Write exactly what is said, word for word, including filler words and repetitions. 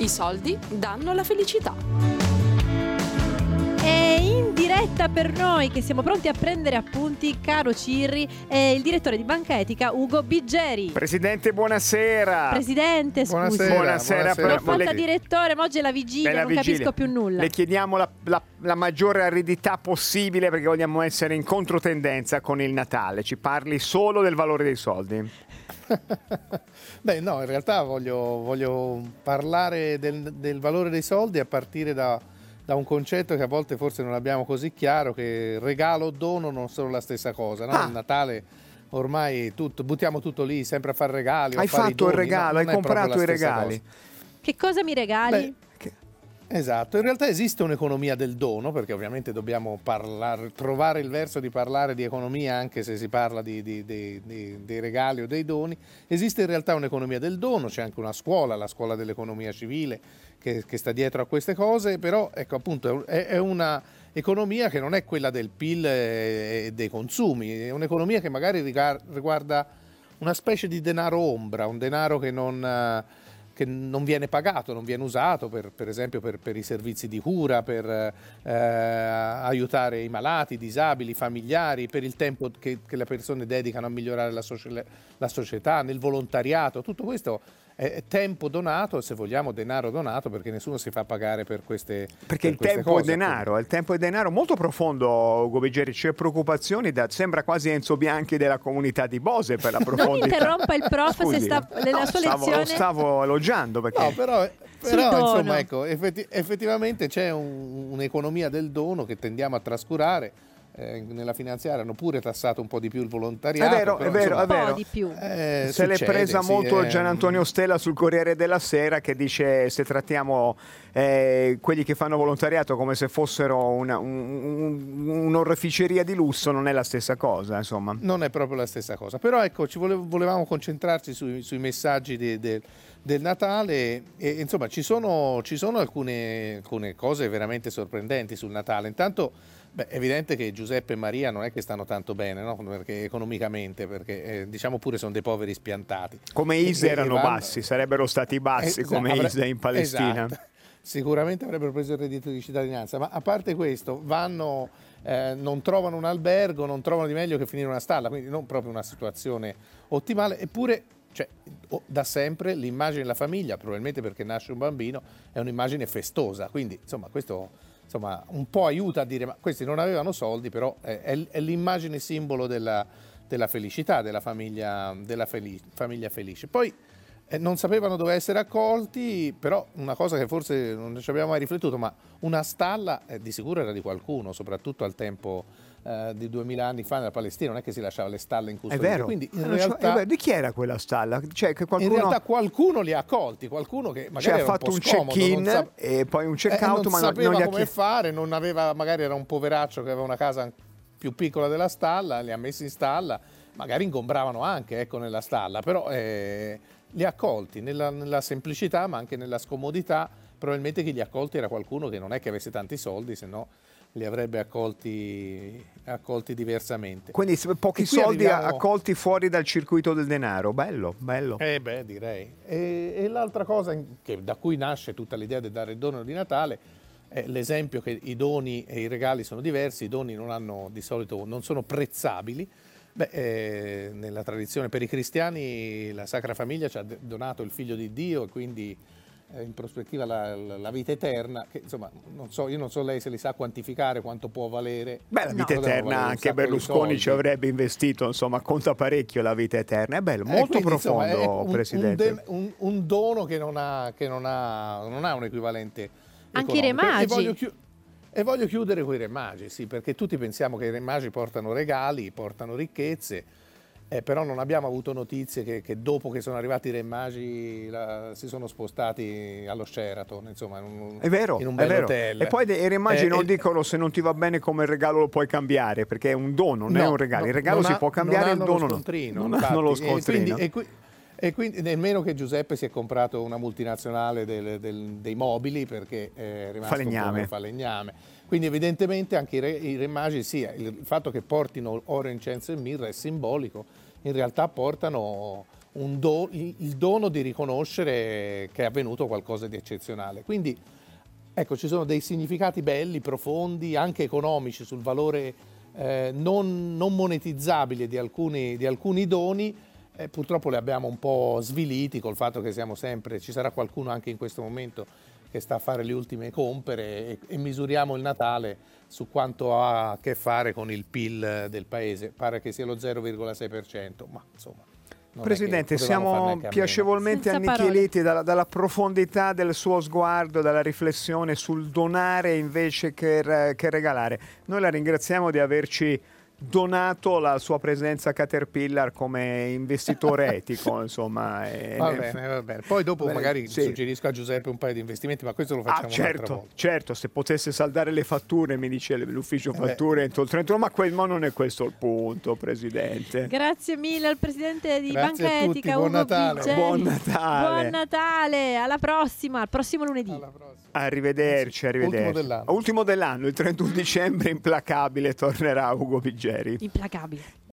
I soldi danno la felicità. E in diretta per noi che siamo pronti a prendere appunti, caro Cirri, è il direttore di Banca Etica Ugo Biggeri. Presidente, buonasera. Presidente, scusi. Buonasera. Buonasera. Buonasera. Per- Falta le- direttore, ma oggi è la vigilia, È la non vigilia. capisco più nulla. Le chiediamo la, la, la maggiore aridità possibile perché vogliamo essere in controtendenza con il Natale. Ci parli solo del valore dei soldi. Beh, no, in realtà voglio, voglio parlare del, del valore dei soldi a partire da, da un concetto che a volte forse non abbiamo così chiaro, che regalo o dono non sono la stessa cosa, no? Ah. Il Natale ormai tutto, buttiamo tutto lì, sempre a fare regali. o Hai a fare i fatto il doni, regalo, no? hai Non è proprio comprato la i stessa regali. cosa. Che cosa mi regali? Beh, Esatto, in realtà esiste un'economia del dono, perché ovviamente dobbiamo parlare, trovare il verso di parlare di economia anche se si parla di, di- di- di- dei regali o dei doni. Esiste in realtà un'economia del dono, c'è anche una scuola, la scuola dell'economia civile, che, che sta dietro a queste cose, però ecco appunto è, è una economia che non è quella del P I L e dei consumi, è un'economia che magari rigar- riguarda una specie di denaro ombra, un denaro che non... eh, che non viene pagato, non viene usato per, per esempio per, per i servizi di cura, per eh, aiutare i malati, i disabili, i familiari, per il tempo che, che le persone dedicano a migliorare la, socia- la società, nel volontariato. Tutto questo è tempo donato, se vogliamo denaro donato, perché nessuno si fa pagare per queste cose. Perché il tempo è denaro, il tempo è denaro molto profondo, Ugo Biggeri. C'è preoccupazioni, da, sembra quasi Enzo Bianchi della comunità di Bose per la Non profondità. interrompa il prof se Scusi. sta nella No, sua stavo, lezione. Lo stavo elogiando perché... No, però, Sul però dono. insomma, ecco, effetti- effettivamente c'è un- un'economia del dono che tendiamo a trascurare. Eh, nella finanziaria hanno pure tassato un po' di più il volontariato. È vero, però, è vero, insomma, è vero. Un po' di più. eh, Se l'è succede, presa sì, molto eh, Gian Antonio Stella sul Corriere della Sera, che dice se trattiamo eh, quelli che fanno volontariato come se fossero una, un- un- un'oreficeria di lusso, non è la stessa cosa, insomma. Non è proprio la stessa cosa, però ecco, ci volev- volevamo concentrarci sui, sui messaggi de- de- del Natale e insomma ci sono, ci sono alcune, alcune cose veramente sorprendenti sul Natale. Intanto beh, è evidente che Giuseppe e Maria non è che stanno tanto bene, no? Perché, economicamente, perché eh, diciamo pure sono dei poveri spiantati. Come E- Ise e- erano e vanno- bassi, sarebbero stati bassi Eh, come avre- Ise in Palestina. Esatto. Sicuramente avrebbero preso il reddito di cittadinanza, ma a parte questo vanno, eh, non trovano un albergo, non trovano di meglio che finire una stalla, quindi non proprio una situazione ottimale, eppure cioè, o- da sempre l'immagine della famiglia, probabilmente perché nasce un bambino, è un'immagine festosa, quindi insomma questo insomma, un po' aiuta a dire ma questi non avevano soldi, però è, è- è l'immagine simbolo della, della felicità, della famiglia, della feli- famiglia felice. Poi eh, non sapevano dove essere accolti, però una cosa che forse non ci abbiamo mai riflettuto, ma una stalla eh, di sicuro era di qualcuno, soprattutto al tempo eh, di duemila anni fa nella Palestina, non è che si lasciava le stalle in È custodia. vero. Quindi in Eh, non so- realtà, eh, beh, di chi era quella stalla? Cioè, che in qualcuno realtà qualcuno li ha accolti, qualcuno che magari cioè, ha era fatto un un po' scomodo, check-in non sa- e poi un eh, check-out, non ma non, sapeva non gli ha come chiesto. fare, non aveva, magari era un poveraccio che aveva una casa più piccola della stalla, li ha messi in stalla, magari ingombravano anche ecco, nella stalla, però eh, li ha accolti nella, nella semplicità ma anche nella scomodità. Probabilmente chi li ha accolti era qualcuno che non è che avesse tanti soldi, se no li avrebbe accolti, accolti diversamente. Quindi se- pochi E qui soldi arriviamo- accolti fuori dal circuito del denaro. Bello, bello. Eh beh, direi. E, e l'altra cosa in- che, da cui nasce tutta l'idea di dare il dono di Natale è l'esempio che i doni e i regali sono diversi, i doni non hanno di solito non sono prezzabili. Beh, eh, nella tradizione per i cristiani la Sacra Famiglia ci ha de- donato il Figlio di Dio e quindi eh, in prospettiva la, la- la vita eterna, che insomma non so, io non so lei se li sa quantificare quanto può valere. Beh, la No. vita Poteva eterna valere un anche sacco di Berlusconi soldi. ci avrebbe investito, insomma, conta parecchio la vita eterna. È bello, Eh, molto quindi, insomma, profondo, è un- Presidente. Un, de- un- un dono che non ha, che non ha, non ha un equivalente Anche i re economico. E- magi. E voglio, chiu- e voglio chiudere con i re magi, sì, perché tutti pensiamo che i re magi portano regali, portano ricchezze, eh, però non abbiamo avuto notizie che, che dopo che sono arrivati i re magi la- si sono spostati allo Sheraton, insomma, in un, È vero, in un è bel vero. hotel. E poi i re magi Eh, non e- dicono se non ti va bene come il regalo lo puoi cambiare, perché è un dono, non è No, un regalo. no, Il regalo non si ha- può cambiare, non il hanno dono lo no. scontrino, Non infatti. hanno lo E scontrino. quindi, e qui- e quindi nemmeno che Giuseppe si è comprato una multinazionale del- del- dei mobili perché è rimasto Falegname. un po' falegname. Quindi evidentemente anche i re, i re magi, sì, il fatto che portino oro, incenso e mirra è simbolico, in realtà portano un do, il, il dono di riconoscere che è avvenuto qualcosa di eccezionale. Quindi ecco, ci sono dei significati belli, profondi, anche economici sul valore eh, non, non monetizzabile di alcuni, di alcuni doni. Eh, purtroppo li abbiamo un po' sviliti col fatto che siamo sempre, ci sarà qualcuno anche in questo momento che sta a fare le ultime compere e, e misuriamo il Natale su quanto ha a che fare con il P I L del paese. Pare che sia lo zero virgola sei per cento, ma insomma... Presidente, siamo piacevolmente Senza annichiliti dalla, dalla profondità del suo sguardo, dalla riflessione sul donare invece che, che regalare. Noi la ringraziamo di averci donato la sua presenza a Caterpillar come investitore etico, insomma. E... Va bene, va bene. Poi dopo Bene, magari sì. suggerisco a Giuseppe un paio di investimenti, ma questo lo facciamo Ah, un'altra certo, volta. certo, se potesse saldare le fatture, mi dice l'ufficio Eh fatture entro il trentuno, ma quel ma non è questo il punto, Presidente. Grazie mille al presidente di Grazie a tutti, Banchetica, buon Ugo Natale. Biggeri. Buon Natale. Buon Natale, alla prossima, al prossimo lunedì. Alla prossima. Arrivederci, arrivederci. Ultimo dell'anno. Ultimo dell'anno, il trentuno dicembre implacabile tornerà Ugo Biggeri. Implacabile.